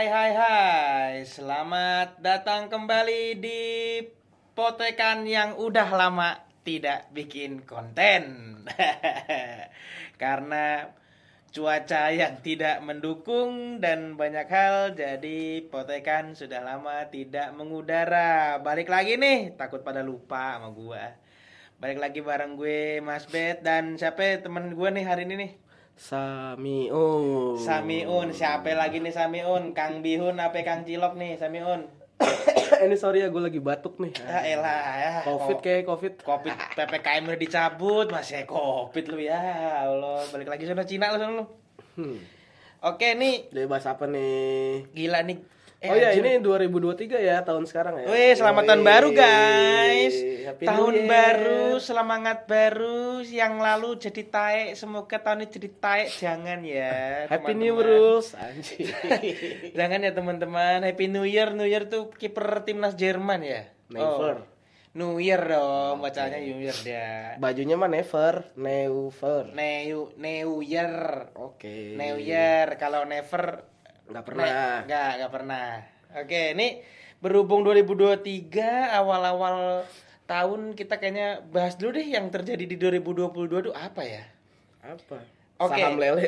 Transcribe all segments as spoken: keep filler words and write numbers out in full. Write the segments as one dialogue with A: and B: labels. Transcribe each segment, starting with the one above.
A: Hai hai hai, selamat datang kembali di Potekan yang udah lama tidak bikin konten. Karena cuaca yang tidak mendukung dan banyak hal, jadi Potekan sudah lama tidak mengudara. Balik lagi nih, takut pada lupa sama gua. Balik lagi bareng gue Mas Bet dan siapa temen gue nih hari ini nih?
B: Samiun.
A: Samiun, siapa lagi nih Samiun? Kang Bihun apa Kang Cilok nih Samiun?
B: Ini sorry ya, gue lagi batuk nih.
A: Ah elah ya.
B: Covid kayak covid.
A: Covid P P K M udah dicabut, masih Covid lu ya. Allah, balik lagi sana Cina lu sana lu.
B: Hmm.
A: Oke nih,
B: Jadi bahas apa nih?
A: gila nih. Eh,
B: oh ya,
A: anjir.
B: ini dua ribu dua puluh tiga ya, tahun sekarang ya.
A: Wih, selamat tahun
B: Yoi.
A: baru guys.
B: Happy
A: Tahun
B: New Year.
A: baru, semangat baru. Yang lalu jadi taek, semoga tahun ini jadi taek. Jangan ya.
B: Happy New
A: teman-teman.
B: Rules. Anjir.
A: Jangan ya teman-teman. Happy New Year. New Year tuh kiper timnas Jerman ya.
B: Never.
A: Oh. New Year dong, bacanya New Year dia.
B: Bajunya mah never, never.
A: New New Year.
B: Oke.
A: New Year. Kalau never
B: Nggak pernah.
A: Enggak, enggak pernah. Oke, ini berhubung dua ribu dua puluh tiga awal-awal tahun, kita kayaknya bahas dulu deh yang terjadi di dua ribu dua puluh dua itu apa ya?
B: Apa?
A: Oke.
B: Saham lele.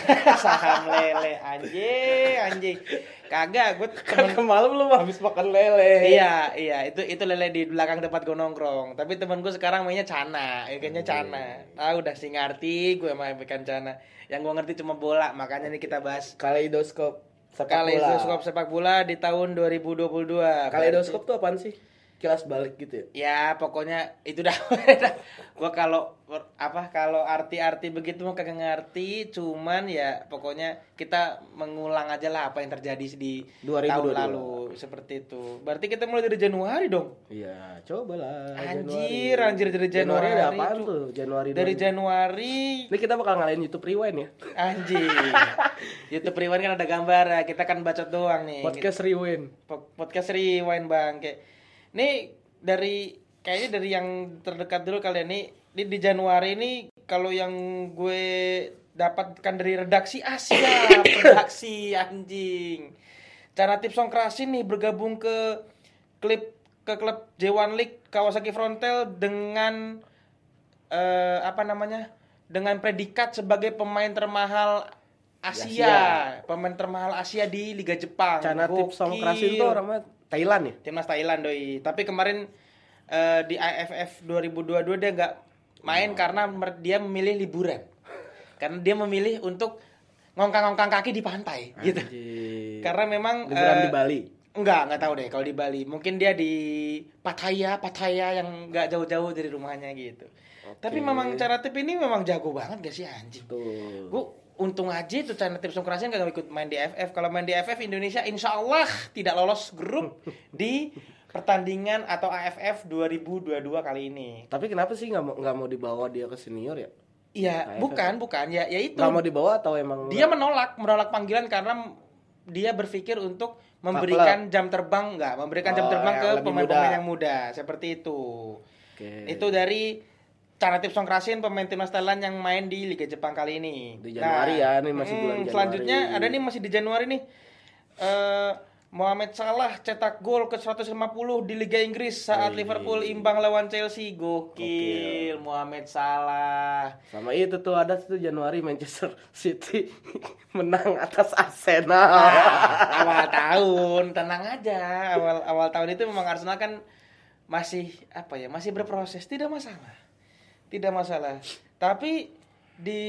A: Saham lele anjing, anjing. Kagak, gue
B: Kan
A: temen
B: kemarin lu habis makan lele.
A: Iya, iya, itu itu lele di belakang tempat gue nongkrong. Tapi temen gue sekarang mainnya cana, ikannya cana. Tahu udah sih ngerti gue main ikan cana. Yang gue ngerti cuma bola, makanya nih kita bahas
B: Kaleidoskop sepak bola.
A: kaleidoskop sepak bola di tahun dua ribu dua puluh dua.
B: Kaleidoskop tuh apaan sih? Kilas balik gitu ya?
A: Ya pokoknya itu dah. Gua kalau apa kalau arti-arti begitu mah kagak ngerti, cuman ya pokoknya kita mengulang aja lah apa yang terjadi di
B: dua ribu dua puluh dua.
A: tahun lalu seperti itu. Berarti kita mulai dari Januari dong.
B: Iya, cobalah.
A: Anjir,
B: Januari.
A: anjir dari Januari.
B: Januari ada apaan
A: cu.
B: tuh? Januari
A: Dari
B: dua ribu.
A: Januari.
B: Ini kita bakal ngalahin YouTube Rewind ya.
A: Anjir. YouTube Rewind kan ada gambar ya. Kita kan bacot doang nih.
B: Podcast Rewind.
A: Po- podcast Rewind Bang. Kayak nih dari kayaknya dari yang terdekat dulu kalian nih di, di Januari ini kalau yang gue dapatkan dari redaksi Asia, redaksi anjing. Cara tips Songkrasin nih bergabung ke klub ke klub J satu League Kawasaki Frontale dengan eh, apa namanya? Dengan predikat sebagai pemain termahal Asia,
B: Asia.
A: pemain termahal Asia di Liga Jepang.
B: Cara tips
A: Gokil.
B: Songkrasin tuh orangnya Thailand ya?
A: Timnas Thailand doi. Tapi kemarin eh, di A F F dua ribu dua puluh dua dia nggak main karena mer- dia memilih liburan. Karena dia memilih untuk ngongkang-ngongkang kaki di pantai gitu.
B: Anjir.
A: Karena memang
B: liburan
A: eh,
B: di Bali.
A: Enggak, enggak tahu deh kalau di Bali. Mungkin dia di Pattaya, Pattaya yang enggak jauh-jauh dari rumahnya gitu.
B: Oke.
A: Tapi memang cara tip ini memang jago banget gak sih anjing?
B: Tuh.
A: Gue untung aja itu cara tips Songkrasin kagak ikut main di A F F. Kalau main di A F F Indonesia insya Allah tidak lolos grup di pertandingan atau A F F dua ribu dua puluh dua kali ini.
B: Tapi kenapa sih nggak mau nggak mau dibawa dia ke senior ya?
A: Iya,
B: A F F.
A: bukan, bukan. Ya, ya itu.
B: Nggak mau dibawa atau emang
A: Dia menolak, menolak panggilan karena dia berpikir untuk memberikan jam terbang enggak, memberikan jam
B: Oh,
A: terbang
B: yang
A: ke
B: lebih
A: pemain-pemain
B: muda.
A: yang muda, seperti itu.
B: Oke.
A: Itu dari cara tips Songkrasin pemain timnas Thailand yang main di Liga Jepang kali ini.
B: Di Januari ya, ini masih bulan Januari.
A: Selanjutnya ada nih masih di Januari nih. Eh Mohamed Salah cetak gol ke seratus lima puluh di Liga Inggris saat
B: Wih.
A: Liverpool imbang lawan Chelsea. Gokil,
B: Gokil.
A: Mohamed Salah.
B: Sama itu tuh ada tuh Januari Manchester City menang atas Arsenal.
A: Ah, awal tahun tenang aja. Awal awal tahun itu memang Arsenal kan masih apa ya? Masih berproses, tidak masalah. Tidak masalah. Tapi di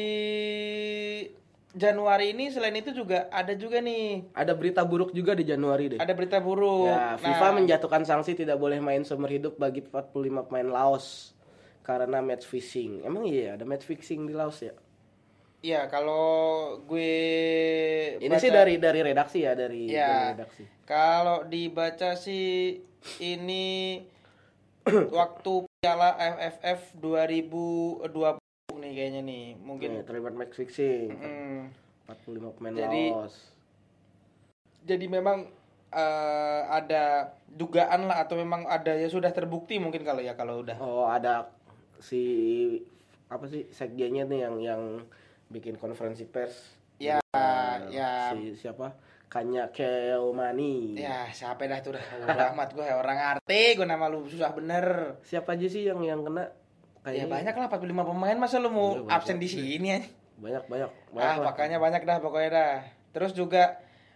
A: Januari ini selain itu juga ada juga nih,
B: Ada berita buruk juga di Januari deh.
A: ada berita buruk.
B: Ya,
A: Nah,
B: FIFA menjatuhkan sanksi tidak boleh main seumur hidup bagi empat puluh lima pemain Laos karena match fixing. Emang iya ada match fixing di Laos ya?
A: ya kalau gue
B: Ini
A: baca-
B: sih dari dari redaksi ya, dari,
A: Ya.
B: dari redaksi.
A: Kalau dibaca sih ini waktu Piala A F F dua ribu dua puluh nih kayaknya nih, mungkin.
B: Nih, terlibat match fixing.
A: Mm.
B: empat puluh lima pemain
A: Jadi-
B: Laos.
A: Jadi memang eh, ada dugaan lah atau memang ada ya sudah terbukti mungkin kalau ya kalau udah.
B: Oh, ada si apa sih sekjennya nih yang yang bikin konferensi pers.
A: Ya,
B: Nah,
A: ya.
B: Si siapa? Kanya Keomani.
A: Ya, siapa dah tuh dah. Bodo amat gue orang arti, gue nama lu susah bener.
B: Siapa aja sih yang yang kena?
A: Ya banyak lah empat puluh lima pemain, masa lu mau
B: Banyak,
A: absen
B: banyak.
A: di sini aja.
B: Banyak banyak. banyak
A: Ah,
B: lah.
A: makanya banyak dah pokoknya dah. Terus juga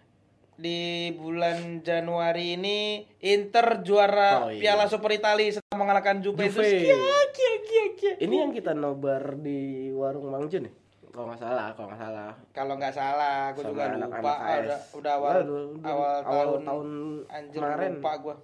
A: di bulan Januari ini Inter juara
B: Oh, iya.
A: Piala Super Italia setelah mengalahkan Juventus.
B: Juve.
A: Kia, kia, kia, kia.
B: Ini yang kita nobar di warung Mang Jun ya? Kalau nggak salah, kalau nggak salah.
A: Kalau nggak salah, gue
B: Sama
A: juga
B: anak-anak
A: lupa.
B: A S.
A: Ah, udah, udah awal,
B: Udah, udah,
A: awal,
B: awal
A: tahun,
B: tahun
A: anjir
B: kemarin.
A: lupa gue.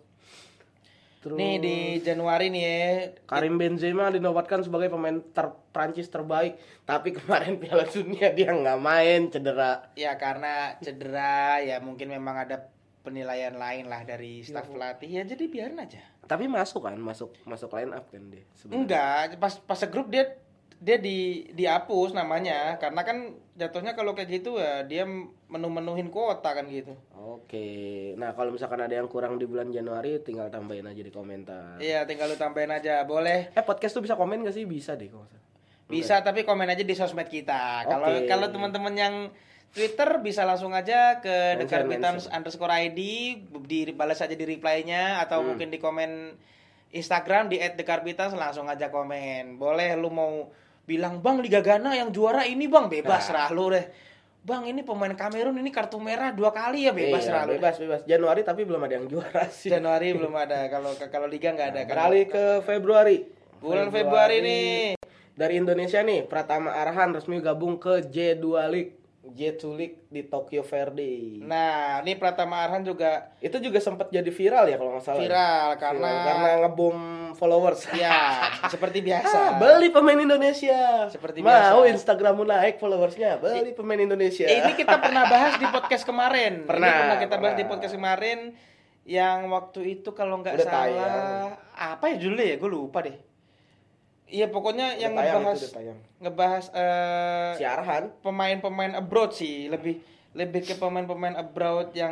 B: Terus
A: Nih di Januari nih ya.
B: Karim Benzema dinobatkan sebagai pemain ter Prancis terbaik, tapi kemarin Piala Dunia dia nggak main, cedera.
A: Ya karena cedera, ya mungkin memang ada penilaian lain lah dari staf pelatih. Ya jadi biarin aja.
B: Tapi masuk kan, masuk masuk line up kan dia. sebenarnya.
A: Enggak, pas pas grup dia dia di dihapus namanya karena kan jatuhnya kalau kayak gitu ya dia menu-menuhin kuota kan gitu.
B: Oke. Nah, kalau misalkan ada yang kurang di bulan Januari tinggal tambahin aja di komentar.
A: Iya, tinggal lu tambahin aja. Boleh.
B: Eh, podcast tuh bisa komen gak sih? Bisa deh kalau nggak salah.
A: Bisa tapi komen aja di sosmed kita. Kalau
B: Oke.
A: kalau teman-teman yang Twitter bisa langsung aja ke
B: Mention,
A: dekarbitan
B: mention.
A: underscore I D, dibalas aja di reply-nya atau
B: Hmm.
A: mungkin di komen Instagram di et dekarbitan langsung aja komen. Boleh lu mau bilang bang Liga Ghana yang juara ini bang bebas
B: Nah.
A: serah lu deh. Bang ini pemain Kamerun ini kartu merah dua kali ya bebas
B: Iya,
A: serah lu.
B: bebas bebas. Januari tapi belum ada yang juara sih.
A: Januari belum ada kalau kalau Liga nggak ada.
B: Beralih ke Februari.
A: Bulan Februari nih.
B: Dari Indonesia nih, Pratama Arhan resmi gabung ke J dua League. J dua League di Tokyo Verde.
A: Nah, ini Pratama Arhan juga
B: Itu juga sempat jadi viral ya kalau nggak salah.
A: viral karena
B: Viral, karena ngebom followers.
A: ya seperti biasa.
B: Ah, beli pemain Indonesia.
A: Seperti
B: Mau
A: biasa.
B: Instagrammu naik followersnya, beli pemain Indonesia.
A: Ini kita pernah bahas di podcast kemarin.
B: Pernah,
A: Ini pernah kita bahas
B: pernah.
A: di podcast kemarin yang waktu itu kalau nggak
B: Udah
A: salah
B: tayang.
A: apa ya judulnya ya, gue lupa deh. Iya pokoknya
B: Udah
A: yang
B: tayang,
A: ngebahas
B: itu udah tayang.
A: ngebahas eh,
B: Si Arhan.
A: pemain-pemain abroad sih, lebih lebih ke pemain-pemain abroad yang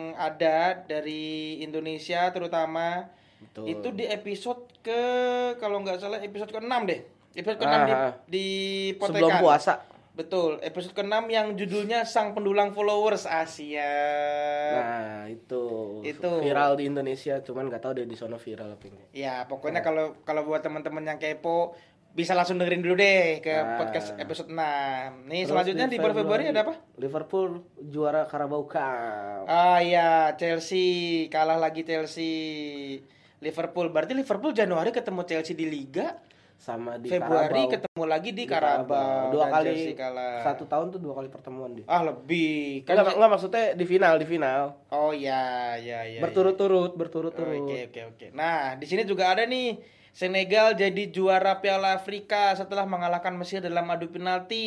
A: ada dari Indonesia terutama.
B: Betul.
A: Itu di episode ke kalau nggak salah episode keenam deh. Episode keenam di,
B: Ah.
A: di Potekan.
B: Sebelum puasa.
A: Betul, episode keenam yang judulnya Sang Pendulang Followers Asia.
B: Nah, itu.
A: Itu.
B: Viral di Indonesia, cuman nggak tahu deh di sono viral apa enggak.
A: Ya, pokoknya kalau kalau buat teman-teman yang kepo bisa langsung dengerin dulu deh ke
B: Nah.
A: podcast episode enam. Nih,
B: Terus
A: selanjutnya di bulan Februari ada apa?
B: Liverpool juara Carabao Cup.
A: Ah iya, Chelsea kalah lagi Chelsea. Liverpool berarti Liverpool Januari ketemu Chelsea di Liga,
B: Sama di
A: Februari
B: Carabao.
A: ketemu lagi di
B: Di
A: Carabao.
B: Dua
A: dan
B: kali
A: Chelsea kalah.
B: satu tahun tuh dua kali pertemuan dia.
A: Ah, lebih.
B: Kan enggak, enggak maksudnya di final, di final.
A: Oh iya, iya, iya.
B: berturut-turut,
A: iya.
B: berturut-turut.
A: Oke, oke, oke. Nah, di sini juga ada nih Senegal jadi juara Piala Afrika setelah mengalahkan Mesir dalam adu penalti.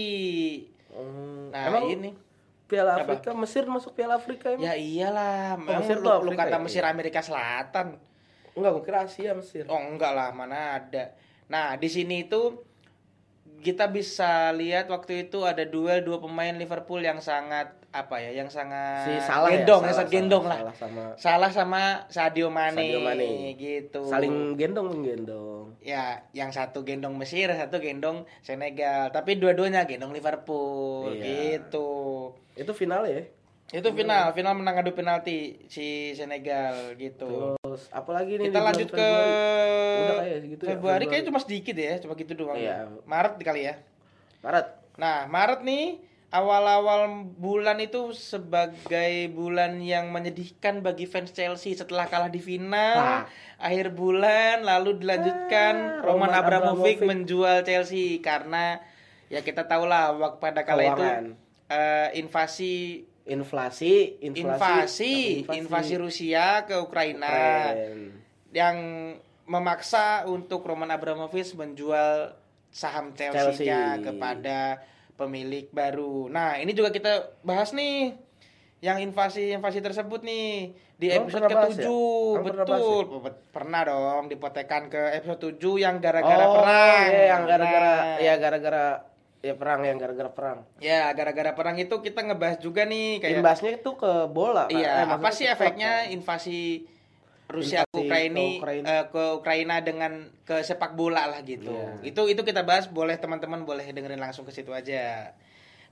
B: Hmm,
A: Nah,
B: emang
A: ini
B: Piala
A: Apa?
B: Afrika, Mesir masuk Piala Afrika emang?
A: ya iyalah, memang
B: Mesir
A: lu,
B: tuh
A: lu
B: Afrika
A: kata
B: ya?
A: Mesir Amerika Selatan.
B: Enggak, gue kira Asia Mesir.
A: Oh, enggak lah, mana ada. Nah, di sini itu kita bisa lihat waktu itu ada duel dua pemain Liverpool yang sangat apa ya, yang sangat
B: Si Salah ya,
A: gendong, yang
B: Salah,
A: sangat gendong
B: Salah,
A: lah.
B: Salah sama
A: Salah sama Sadio Mane,
B: Sadio Mane.
A: gitu.
B: saling gendong gendong.
A: Ya, yang satu gendong Mesir, satu gendong Senegal. Tapi dua-duanya gendong Liverpool,
B: Iya.
A: gitu.
B: Itu final ya.
A: Itu final, final menang adu penalti si Senegal, gitu.
B: Terus apalagi nih
A: Kita
B: di
A: lanjut
B: bulan
A: ke
B: Februari? Udah kayak segitu ya,
A: Februari,
B: Februari.
A: kayaknya cuma sedikit ya, cuma gitu doang.
B: Iya.
A: Maret kali ya.
B: Maret.
A: Nah, Maret nih awal-awal bulan itu sebagai bulan yang menyedihkan bagi fans Chelsea setelah kalah di final.
B: Ah.
A: Akhir bulan lalu dilanjutkan
B: Ah,
A: Roman
B: Roman
A: Abramovich
B: Abramovich.
A: menjual Chelsea karena ya kita tahu lah waktu pada kala itu
B: Keuangan.
A: eh, invasi
B: Inflasi,
A: invasi
B: inflasi,
A: invasi Rusia ke Ukraina
B: Keren.
A: yang memaksa untuk Roman Abramovich menjual saham Chelsea-nya
B: Chelsea.
A: kepada pemilik baru. Nah, ini juga kita bahas nih yang invasi-invasi tersebut nih di
B: Emang
A: episode
B: pernah bahas ya?
A: ketujuh.
B: Emang pernah bahas
A: Betul.
B: ya?
A: Bet- Pernah dong dipotekan ke episode tujuh yang gara-gara
B: Oh,
A: perang.
B: iya, yang gara-gara
A: Nah,
B: ya gara-gara ya perang yang gara-gara perang.
A: ya gara-gara perang itu kita ngebahas juga nih kayak
B: Imbasnya itu ke bola. Kan?
A: iya,
B: Eh,
A: apa
B: maksudnya
A: sih
B: ke klub,
A: efeknya
B: kan?
A: invasi Rusia ke
B: Invasi
A: Ukraina,
B: ke Ukraina.
A: eh, ke Ukraina dengan ke sepak bola lah gitu.
B: Iya.
A: Itu itu kita bahas, boleh teman-teman boleh dengerin langsung ke situ aja.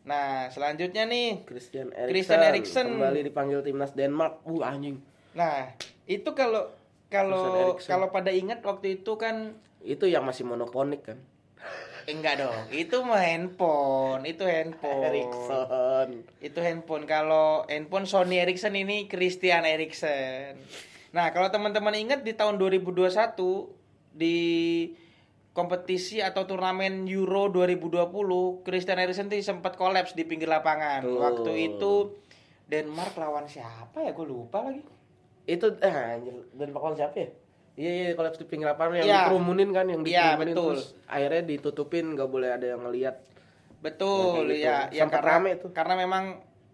A: Nah, selanjutnya nih
B: Christian Eriksen,
A: Christian Eriksen
B: kembali dipanggil timnas Denmark. Uh anjing.
A: Nah, itu kalau kalau
B: Christian Eriksen.
A: kalau pada ingat waktu itu kan
B: Itu yang masih monoponik kan.
A: enggak dong, itu mah handphone, itu handphone.
B: Eriksen.
A: Itu handphone. Kalau handphone Sony Ericsson, ini Christian Eriksen. Nah, kalau teman-teman ingat di tahun dua ribu dua puluh satu di kompetisi atau turnamen Euro dua ribu dua puluh, Christian Eriksen tuh sempat kolaps di pinggir lapangan.
B: Tuh.
A: Waktu itu Denmark lawan siapa ya? Gue lupa lagi.
B: Itu eh anjir, Denmark lawan siapa ya? Iya iya kolaps di pinggir lapangan yang
A: Iya.
B: dikerumunin kan, yang
A: Iya,
B: dikerumunin
A: betul.
B: terus akhirnya ditutupin, nggak boleh ada yang ngelihat.
A: Betul,
B: Ya, kayak gitu.
A: ya, ya
B: Sempat
A: karena
B: rame tuh.
A: karena memang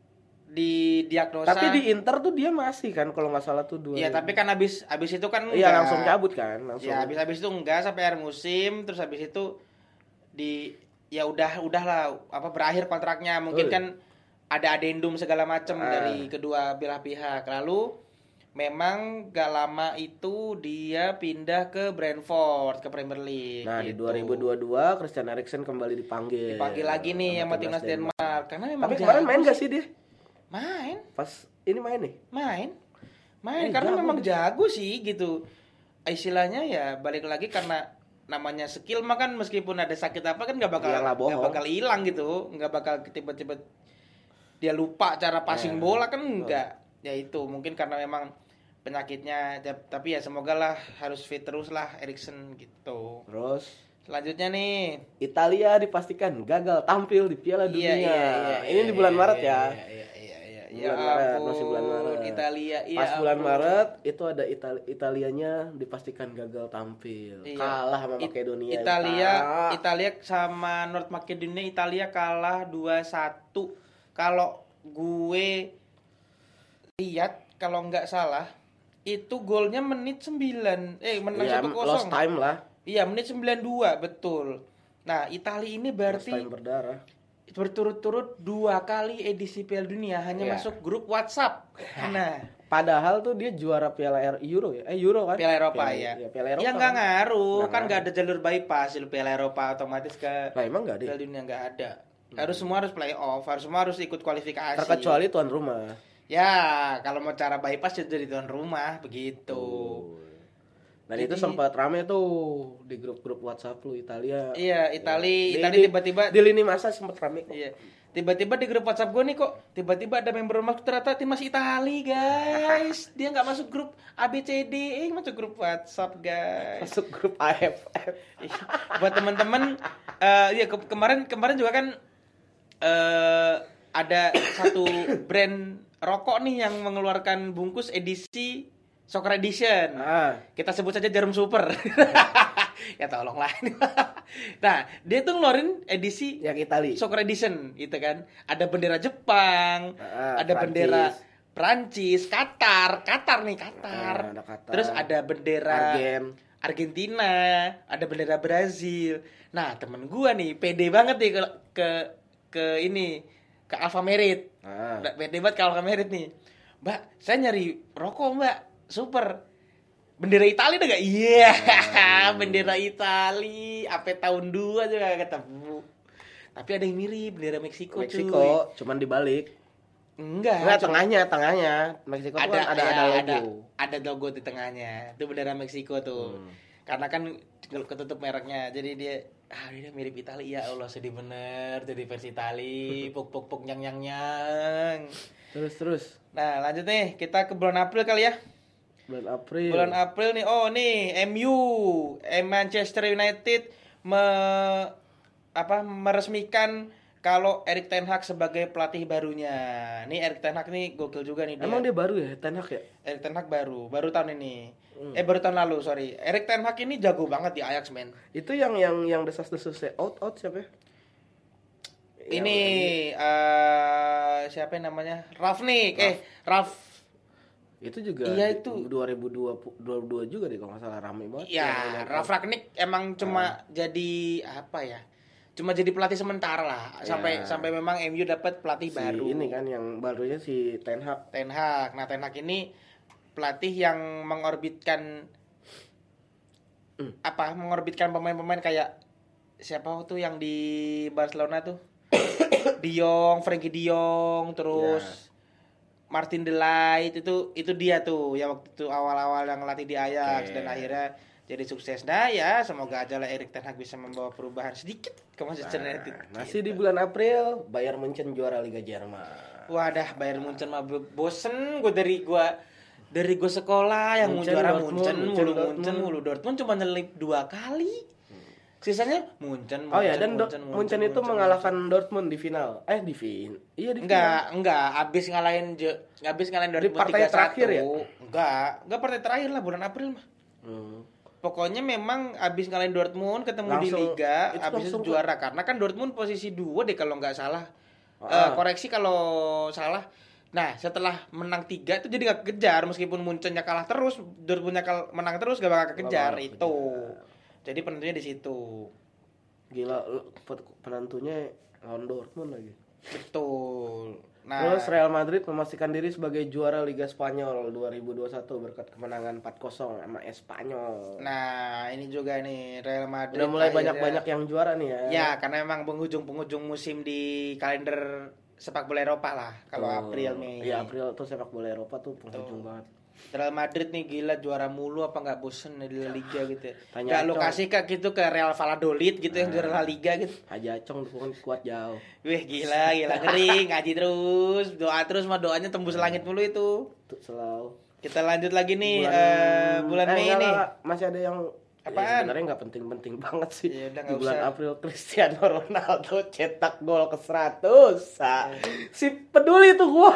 A: di diagnosa.
B: Tapi di Inter tuh dia masih kan kalau nggak salah tuh dua.
A: Iya, tapi kan habis habis itu kan
B: iya
A: enggak.
B: langsung cabut kan, langsung.
A: Ya, habis habis itu enggak sampai akhir musim, terus habis itu di ya udah udahlah apa berakhir kontraknya. Mungkin
B: Betul.
A: kan ada adendum segala macam
B: Ah.
A: dari kedua belah pihak. Lalu memang gak lama itu dia pindah ke Brentford ke Premier League.
B: Nah, di
A: gitu.
B: dua ribu dua puluh dua Christian Eriksen kembali dipanggil.
A: Dipanggil lagi nih sama timnas Denmark. Karena memang
B: Tapi kemarin
A: jago
B: main gak sih dia?
A: Main,
B: Pas ini main nih.
A: main. Main
B: Eh,
A: karena
B: jago
A: memang
B: dia.
A: jago sih gitu. Istilahnya ya balik lagi karena namanya skill mah kan meskipun ada sakit apa kan nggak bakal
B: Iyalah, bohong.
A: nggak bakal hilang gitu, nggak bakal tiba-tiba dia lupa cara passing
B: Eh,
A: bola kan enggak. Ya itu mungkin karena memang penyakitnya, tapi ya semoga lah harus fit terus lah Eriksen gitu.
B: Terus
A: Selanjutnya nih,
B: Italia dipastikan gagal tampil di Piala Dunia.
A: iya, iya, iya,
B: ini
A: iya,
B: di bulan
A: iya,
B: Maret
A: iya,
B: ya.
A: Iya, iya, iya, iya. Ya
B: Bulan Maret,
A: ampun,
B: masih bulan Maret.
A: Italia, iya
B: Pas bulan
A: ampun.
B: Maret itu ada Itali Italianya dipastikan gagal tampil.
A: Iya.
B: Kalah sama
A: It-
B: Makedonia.
A: Italia,
B: Ah.
A: Italia sama North Makedonia, Italia kalah dua satu. Kalau gue lihat kalau nggak salah itu golnya menit sembilan. Eh, menang
B: Iya,
A: satu
B: lost
A: kosong.
B: time lah.
A: Iya, menit sembilan puluh dua, betul. Nah, Italia ini
B: Lost
A: berarti
B: time berdarah.
A: berturut-turut dua kali edisi Piala Dunia hanya
B: Iya.
A: masuk grup WhatsApp. Nah,
B: Padahal tuh dia juara Piala R- Euro ya. Eh Euro kan?
A: Piala Eropa ya.
B: Ya, Piala Eropa.
A: Ya nggak
B: kan?
A: ngaruh,
B: Nggak
A: kan nggak
B: ngaruh.
A: ada jalur bypass di Piala Eropa otomatis ke
B: Lah emang enggak deh.
A: Piala Dunia nggak ada. Harus semua harus play off, harus semua harus ikut kualifikasi.
B: Terkecuali tuan rumah.
A: Ya, kalau mau cara bypass ya jadi tuan rumah begitu.
B: Dan itu
A: Jadi-
B: sempat rame tuh di grup-grup WhatsApp lu Italia.
A: Iya, Itali,
B: Di-
A: Itali
B: di-
A: tiba-tiba
B: di lini masa sempat rame kok.
A: Iya. Tiba-tiba di grup WhatsApp gue nih kok tiba-tiba ada member masuk ternyata timnas Itali, guys. Dia nggak masuk grup A B C D, eh masuk grup WhatsApp, guys.
B: Masuk grup A F F.
A: Ih, buat teman-teman eh ya ke- kemarin kemarin juga kan eh ada satu brand rokok nih yang mengeluarkan bungkus edisi Soccer Edition.
B: Ah,
A: Kita sebut saja Jarum Super. Ya tolonglah. Nah, dia tuh ngeluarin edisi
B: yang Itali.
A: Soccer Edition gitu kan. Ada bendera Jepang,
B: Ah,
A: ada
B: Prancis.
A: bendera Prancis, Qatar, Qatar nih Qatar.
B: Ah, ada Qatar.
A: Terus ada bendera
B: Argen.
A: Argentina, ada bendera Brazil. Nah, temen gua nih pede banget nih ke ke, ke ini ke Alfamart.
B: Ah.
A: Nah, pede banget ke Alfamart nih. Mbak, saya nyari rokok, Mbak. Super. Bendera Itali ada gak? Iya, bendera Itali. Apa tahun dua juga gak ketemu. Tapi ada yang mirip, bendera Meksiko,
B: Meksiko,
A: cuy.
B: cuman dibalik.
A: Enggak.
B: Enggak,
A: cuma-
B: tengahnya, tengahnya. Meksiko tuh
A: ada
B: kan ada
A: ya,
B: ada logo.
A: ada ada logo di tengahnya. Itu bendera Meksiko tuh.
B: Hmm.
A: Karena kan ketutup mereknya. Jadi dia ah dia mirip Itali. Ya Allah, sedih bener jadi versi Itali. Puk puk puk nyang nyang nyang.
B: Terus terus
A: Nah, lanjut nih, kita ke bulan April kali ya.
B: bulan April.
A: Bulan April nih. Oh, nih M U, eh, Manchester United me apa meresmikan kalau Erik ten Hag sebagai pelatih barunya. Nih Erik ten Hag nih gokil juga nih dia.
B: Emang dia baru ya, Ten Hag ya?
A: Erik ten Hag baru, baru tahun ini.
B: Hmm.
A: Eh baru tahun lalu, sorry. Erik ten Hag ini jago banget di Ajax, men.
B: Itu yang yang yang desas-desusnya out out siapa ya?
A: Ini eh siapa yang namanya? Rafnik. Eh, Raf
B: Itu juga
A: Iya,
B: di-
A: itu.
B: dua ribu dua puluh dua juga deh kalau nggak salah rame banget.
A: ya,
B: Yang- yang-
A: Raf Ragnik emang cuma jadi apa ya? Cuma jadi pelatih sementara lah sampai
B: Ya.
A: sampai memang M U dapat pelatih
B: si
A: baru.
B: ini kan yang barunya si Ten Hag.
A: Ten Hag. Nah, Ten Hag ini pelatih yang mengorbitkan
B: Hmm.
A: apa? Mengorbitkan pemain-pemain kayak siapa tuh yang di Barcelona tuh? De Jong, Frenkie De Jong, terus yeah. Martin de Ligt itu itu dia tuh yang waktu itu awal-awal yang ngelatih di Ajax okay. dan akhirnya jadi sukses. Nah ya semoga aja lah Erik ten Hag bisa membawa perubahan sedikit ke Manchester
B: nah,
A: United.
B: Masih gitu. Di bulan April Bayern Munchen juara Liga Jerman.
A: Wadah Bayern Munchen mah bosen gue dari gue dari gue sekolah yang
B: Munchen,
A: mau juara
B: Dortmund,
A: Munchen,
B: Munchen,
A: mulu
B: Dortmund.
A: Munchen, mulu Dortmund cuma nyelip dua kali. Sisanya Munchen, Munchen,
B: Oh ya dan
A: Munchen,
B: Munchen, Munchen itu Munchen, mengalahkan Munchen. Dortmund di final. Eh di final. Iya di
A: enggak,
B: final.
A: enggak, abis ngalahin abis ngalahin Dortmund
B: di partai terakhir ya?
A: Enggak, enggak partai terakhir lah bulan April mah. Hmm. Pokoknya memang abis ngalahin Dortmund ketemu langsung, di Liga, abis itu juara ke... karena kan Dortmund posisi dua deh kalau nggak salah. Ah. Uh, koreksi kalau salah. Nah setelah menang tiga itu jadi gak kejar meskipun Munchennya kalah terus, Dortmundnya kal- menang terus gak bakal kejar oh, itu. Kejar. Jadi penentunya di situ.
B: Gila penentunya lawan Dortmund lagi.
A: Betul. Nah,
B: terus Real Madrid memastikan diri sebagai juara Liga Spanyol dua ribu dua puluh satu berkat kemenangan empat kosong sama Espanyol.
A: Nah, ini juga nih Real Madrid
B: udah mulai akhirnya... banyak-banyak yang juara nih ya.
A: Ya, karena memang penghujung-penghujung musim di kalender sepak bola Eropa lah kalau oh, April Mei.
B: Iya, April tuh sepak bola Eropa tuh penghujung tuh. banget.
A: Real Madrid nih gila juara mulu apa nggak bosen di La Liga gitu. Nggak lo kasih kak gitu ke Real Valladolid gitu nah, yang juara La Liga gitu.
B: Haji Acong dukungan kuat jauh.
A: Wih gila gila ngeri ngaji terus doa terus mah doanya tembus langit mulu itu.
B: Tuh selalu.
A: Kita lanjut lagi nih bulan, uh, bulan eh, Mei nih.
B: Masih ada yang
A: apaan?
B: Ya, sebenarnya nggak penting-penting banget sih.
A: Ya, udah,
B: di bulan
A: usah.
B: April Cristiano Ronaldo cetak gol ke seratus. Ya. Si peduli tuh gua.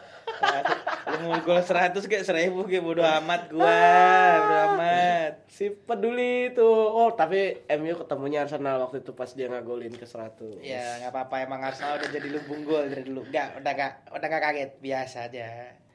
A: Lu mau gol seratus kayak seribu kayak bodo amat gua, bodo amat.
B: Si peduli tuh. Oh, tapi M U ketemunya Arsenal waktu itu pas dia ngagolin ke seratus.
A: Ya, enggak apa-apa emang Arsenal udah jadi lumbung gol dari dulu. Enggak, udah enggak udah enggak kaget, biasa aja.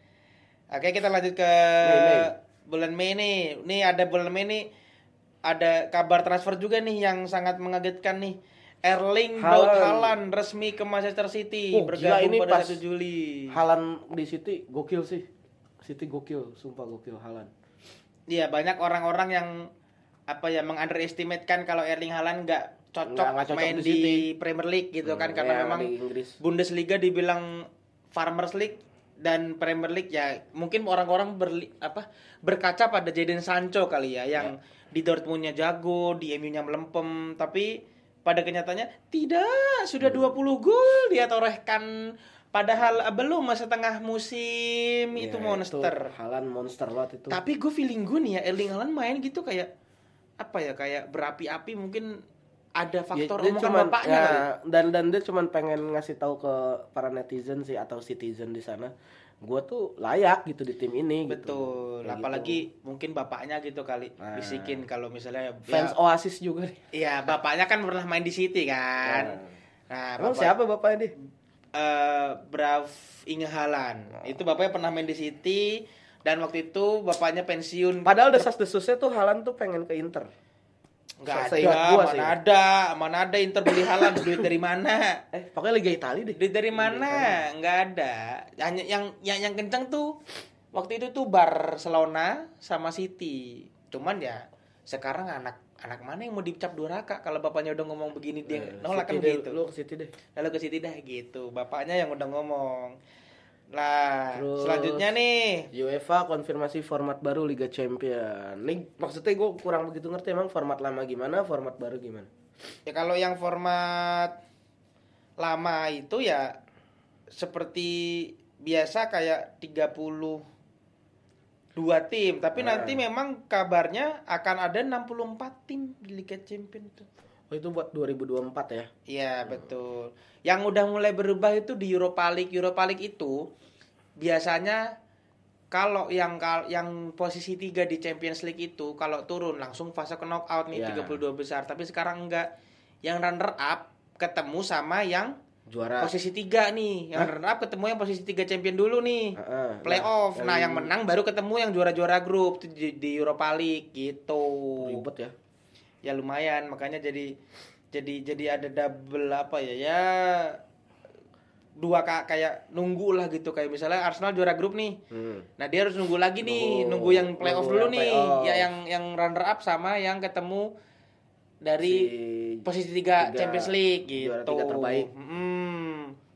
A: Oke, kita lanjut ke Mei, Mei. bulan Mei nih. Nih ada bulan Mei nih ada kabar transfer juga nih yang sangat mengagetkan nih. Erling Braut Haaland resmi ke Manchester City oh, bergabung ini pada satu Juli.
B: Haaland di City gokil sih. City gokil, sumpah gokil Haaland.
A: Iya, banyak orang-orang yang apa ya meng-underestimate kan kalau Erling Haaland enggak cocok, nggak, nggak cocok main di, di Premier League gitu hmm, kan karena ya, memang Bundesliga dibilang Farmers League dan Premier League ya mungkin orang-orang berli, apa berkaca pada Jadon Sancho kali ya yang ya. Di Dortmundnya jago, di M U-nya melempem tapi pada kenyataannya tidak, sudah dua puluh gol dia torehkan padahal belum setengah musim ya, itu monster.
B: Haaland monster banget itu.
A: Tapi gue feeling gue nih ya Erling Haaland main gitu kayak apa ya kayak berapi-api mungkin ada faktor
B: ya,
A: omongan
B: cuman,
A: bapaknya
B: ya,
A: kali.
B: Dan dan dia cuma pengen ngasih tahu ke para netizen sih atau citizen di sana. Gue tuh layak gitu di tim ini.
A: Betul.
B: Gitu.
A: Apalagi gitu. Mungkin bapaknya gitu kali nah. Bisikin kalau misalnya
B: fans ya, Oasis juga.
A: Iya, bapaknya kan pernah main di City kan. Nah,
B: nah bapak, siapa bapaknya deh?
A: Uh, Braut Inge Haaland. Oh. Itu bapaknya pernah main di City dan waktu itu bapaknya pensiun.
B: Padahal desas-desusnya tuh Haaland tuh pengen ke Inter.
A: Enggak ada, mana sih. ada, mana ada Inter beli Haaland, duit dari mana?
B: Eh, pokoknya Liga Italia deh.
A: Duit dari mana? Enggak ada. Hanya yang yang yang kencang tuh waktu itu tuh Barcelona sama City. Cuman ya sekarang anak anak mana yang mau dicap durhaka kalau bapaknya udah ngomong begini dia eh, nolak kan gitu.
B: Lu ke City deh.
A: Lalu ke City dah gitu. Bapaknya yang udah ngomong. Nah, terus, selanjutnya nih
B: UEFA konfirmasi format baru Liga Champion. Nih maksudnya gue kurang begitu ngerti emang format lama gimana, format baru gimana?
A: Ya kalau yang format lama itu ya seperti biasa kayak tiga puluh dua tim, tapi nah. nanti memang kabarnya akan ada enam puluh empat tim di Liga Champion itu.
B: Oh itu buat dua ribu dua puluh empat ya?
A: Iya hmm. betul. Yang udah mulai berubah itu di Europa League. Europa League itu biasanya kalau yang yang posisi tiga di Champions League itu kalau turun langsung fase ke knockout nih yeah. tiga puluh dua besar. Tapi sekarang enggak. Yang runner up ketemu sama yang
B: juara
A: posisi tiga nih. Yang Hah? runner up ketemu yang posisi tiga champion dulu nih. Uh-uh. Playoff. Nah, nah yang menang baru ketemu yang juara-juara grup di, di Europa League gitu.
B: Ribet ya.
A: Ya lumayan makanya jadi jadi jadi ada double apa ya ya dua kak kayak nunggu lah gitu kayak misalnya Arsenal juara grup nih hmm. nah dia harus nunggu lagi nih nunggu, nunggu yang playoff nunggu dulu yang nih play ya yang yang runner up sama yang ketemu dari si posisi tiga, tiga Champions League gitu
B: juara tiga terbaik
A: hmm.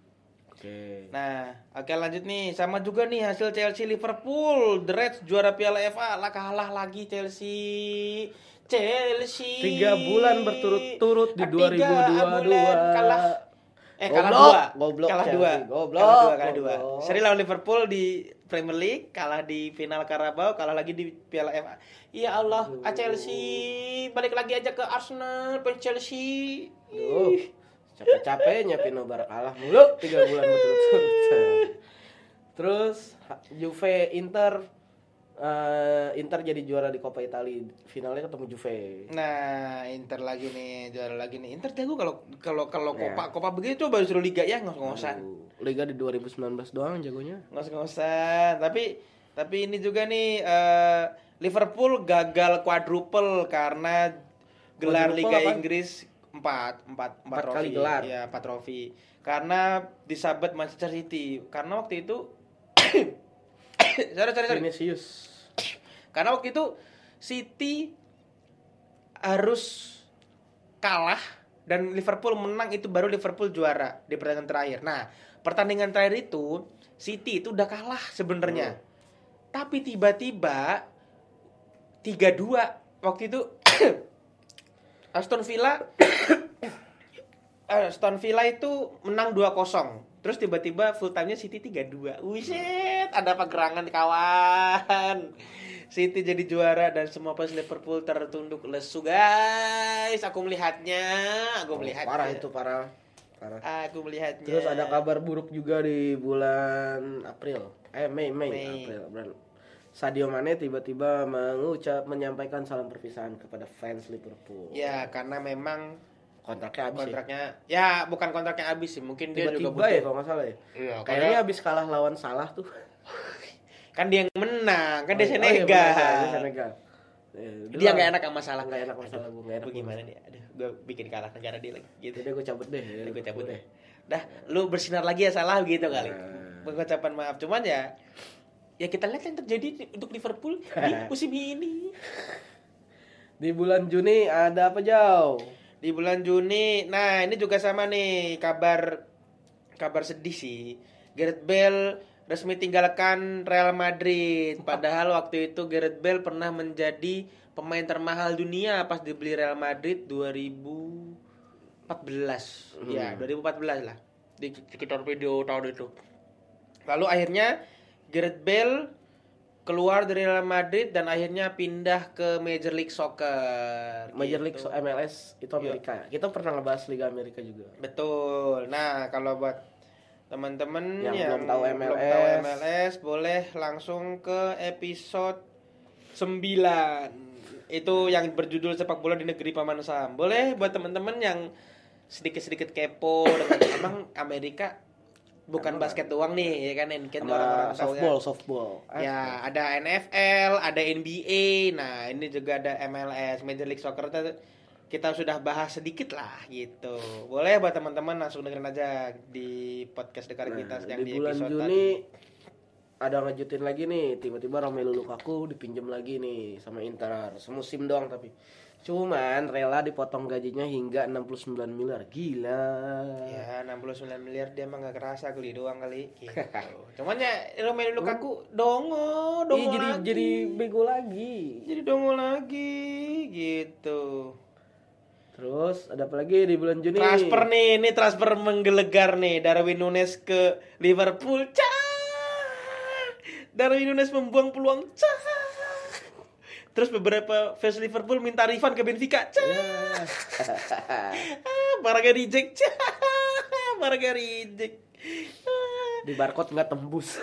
A: Nah, oke lanjut nih. Sama juga nih hasil Chelsea Liverpool. The Reds juara Piala F A. Lah kalah lagi Chelsea. Chelsea.
B: Tiga bulan berturut-turut di
A: Tiga
B: dua ribu dua puluh dua.
A: bulan kalah. Eh kalah
B: Goblok,
A: dua.
B: goblok
A: kalah
B: Chelsea,
A: dua.
B: goblok,
A: kalah dua, kalah dua.
B: goblok.
A: Seri lawan Liverpool di Premier League, kalah di final Carabao, kalah lagi di Piala F A. Ya Allah, ah, Chelsea balik lagi aja ke Arsenal, pen Chelsea.
B: Duh, capek-capeknya Pino Bar kalah mulu tiga bulan berturut-turut. Terus Juve Inter eh, Inter jadi juara di Coppa Italia, finalnya ketemu Juve.
A: Nah, Inter lagi nih, juara lagi nih. Inter jago kalau kalau kalau
B: Ya.
A: Copa Copa begitu baru suruh liga ya ngos-ngosan.
B: Aduh, Liga di dua ribu sembilan belas doang jagonya.
A: Ngos-ngosan. Tapi tapi ini juga nih eh, Liverpool gagal quadruple karena gelar
B: Quadruple
A: Liga
B: apa?
A: Inggris empat empat empat
B: Empat
A: trofi.
B: kali gelar.
A: Ya, empat trofi. Karena disabet Manchester City. Karena waktu itu sorry, sorry, sorry.
B: Vinicius.
A: Karena waktu itu City harus kalah dan Liverpool menang, itu baru Liverpool juara di pertandingan terakhir. Nah, pertandingan terakhir itu City itu udah kalah sebenarnya.
B: Hmm.
A: Tapi tiba-tiba tiga dua waktu itu Aston Villa Aston Villa itu menang dua kosong. Terus tiba-tiba full time-nya City tiga dua. Wiset, ada pergerangan kawan. City jadi juara dan semua fans Liverpool tertunduk lesu, guys. Aku melihatnya, aku melihatnya.
B: Parah itu, parah. Parah.
A: Aku melihatnya.
B: Terus ada kabar buruk juga di bulan April. Eh Mei, Mei,
A: Mei.
B: April. Bulan. Sadio Mane tiba-tiba mengucap menyampaikan salam perpisahan kepada fans Liverpool.
A: Ya, karena memang
B: Kontraknya habis
A: kontraknya ya, bukan kontraknya habis sih, mungkin
B: ya.
A: dia juga
B: Tiba-tiba
A: butuh.
B: ya kalau nggak salah ya.
A: Iya,
B: Kayaknya
A: karena-
B: habis kalah lawan Salah tuh.
A: kan dia yang menang, kan dia
B: Oh, iya,
A: Senegal.
B: benar, dia Senegal. Ya, udah
A: Dia
B: lah.
A: nggak enak sama masalah.
B: Nggak enak masalah gue, nggak enak.
A: Gue gimana nih? Aduh, gue bikin kalah negara dia lagi. Gitu.
B: Jadi gue cabut deh. Ya,
A: Gue cabut
B: deh.
A: deh. Dah, lu bersinar lagi ya salah gitu kali.
B: Nah.
A: Pengucapan maaf. Cuman ya, ya kita lihat yang terjadi untuk Liverpool di musim ini.
B: Di bulan Juni ada apa jauh?
A: Di bulan Juni, nah ini juga sama nih kabar kabar sedih sih. Gareth Bale resmi tinggalkan Real Madrid. Padahal waktu itu Gareth Bale pernah menjadi pemain termahal dunia pas dibeli Real Madrid dua ribu empat belas. Ya, dua ribu empat belas lah. Di sekitar video tahun itu. Lalu akhirnya Gareth Bale keluar dari Real Madrid dan akhirnya pindah ke Major League Soccer.
B: Major League
A: gitu.
B: M L S itu Amerika. Kita pernah ngebahas Liga Amerika juga.
A: Betul. Nah, kalau buat teman-teman
B: Yang
A: yang,
B: belum tahu M L S.
A: belum tahu M L S, boleh langsung ke episode sembilan. Itu yang berjudul Sepak Bola di Negeri Paman Sam. Boleh buat teman-teman yang sedikit-sedikit kepo dengan emang Amerika bukan basket doang nih, ya kan? Ini kan
B: Sama
A: orang-orang tahu ya.
B: softball, softball.
A: Ya, ada N F L, ada N B A. Nah, ini juga ada M L S, Major League Soccer. Kita sudah bahas sedikit lah gitu. Boleh buat teman-teman langsung dengerin aja di podcast Dekar
B: Nah,
A: kita yang
B: di,
A: di,
B: bulan
A: episode
B: Juni
A: tadi.
B: ada ngejutin lagi nih, tiba-tiba Romelu Lukaku dipinjam lagi nih sama Inter. Semusim doang tapi. Cuman rela dipotong gajinya hingga enam puluh sembilan miliar. Gila.
A: Ya, enam puluh sembilan miliar dia emang gak kerasa kali doang kali gitu. Cuman ya Romelu Lukaku dongo, dongo
B: Iya, jadi
A: lagi.
B: jadi bego lagi.
A: jadi dongo lagi gitu.
B: Terus ada apa lagi di bulan Juni?
A: Transfer nih, ini transfer menggelegar nih. Darwin Nunes ke Liverpool. Cah! Darwin Nunes membuang peluang. Cah! Terus beberapa fans Liverpool minta refund ke Benfica. Cah!
B: Ya.
A: Ah, Barangnya reject. Cah! Barangnya reject. Ah.
B: Di barcode nggak tembus.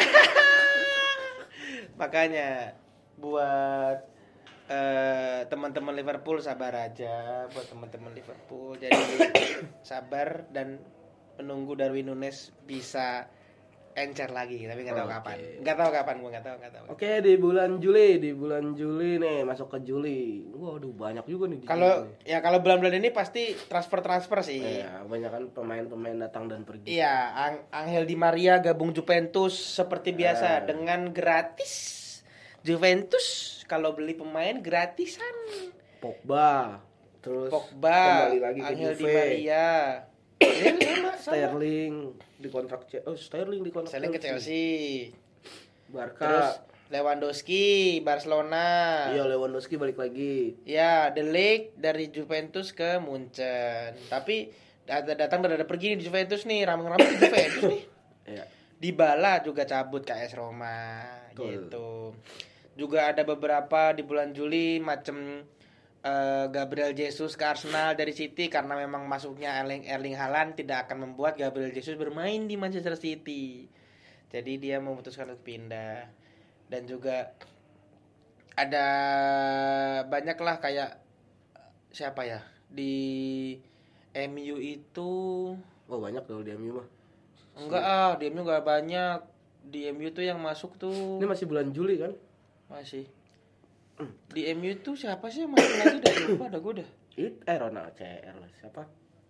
A: Makanya buat eh, teman-teman Liverpool sabar aja, buat teman-teman Liverpool. Jadi sabar dan menunggu Darwin Nunes bisa encer lagi, tapi nggak tahu
B: Oke.
A: kapan. Nggak tahu kapan, gua nggak tahu, nggak tahu.
B: Oke, di bulan Juli, di bulan Juli nih masuk ke Juli. Waduh, banyak juga nih di
A: Kalau
B: Juli.
A: ya kalau bulan-bulan ini pasti transfer-transfer sih.
B: Iya, banyak kan pemain-pemain datang dan pergi.
A: Iya, Ang- Angel Di Maria gabung Juventus seperti biasa
B: Eh.
A: dengan gratis. Juventus kalau beli pemain gratisan.
B: Pogba, terus
A: Pogba,
B: kembali lagi ke
A: Angel Di
B: Juve.
A: Maria. Iya, sama, sama.
B: Sterling dikontrak C- oh Sterling dikontrak
A: Sterling ke Chelsea.
B: Barca.
A: Terus Lewandowski Barcelona.
B: Iya, Lewandowski balik lagi.
A: Ya, De Ligt dari Juventus ke Munchen. Tapi dat- datang dan ada pergi nih di Juventus nih, ramai-ramai di Juventus nih.
B: Iya.
A: Dybala juga cabut ke A S Roma.
B: Betul.
A: Gitu. Juga ada beberapa di bulan Juli macam eh, Gabriel Jesus ke Arsenal dari City karena memang masuknya Erling Erling Haaland tidak akan membuat Gabriel Jesus bermain di Manchester City. Jadi dia memutuskan untuk pindah. Dan juga ada banyak lah kayak siapa ya di M U itu
B: Oh, banyak dong di M U mah.
A: enggak ah di M U enggak banyak. Di M U tuh yang masuk tuh
B: Ini masih bulan Juli kan?
A: masih di M U tuh siapa sih yang masuk lagi udah lupa dah gue dah.
B: It eh Ronald C R lah siapa?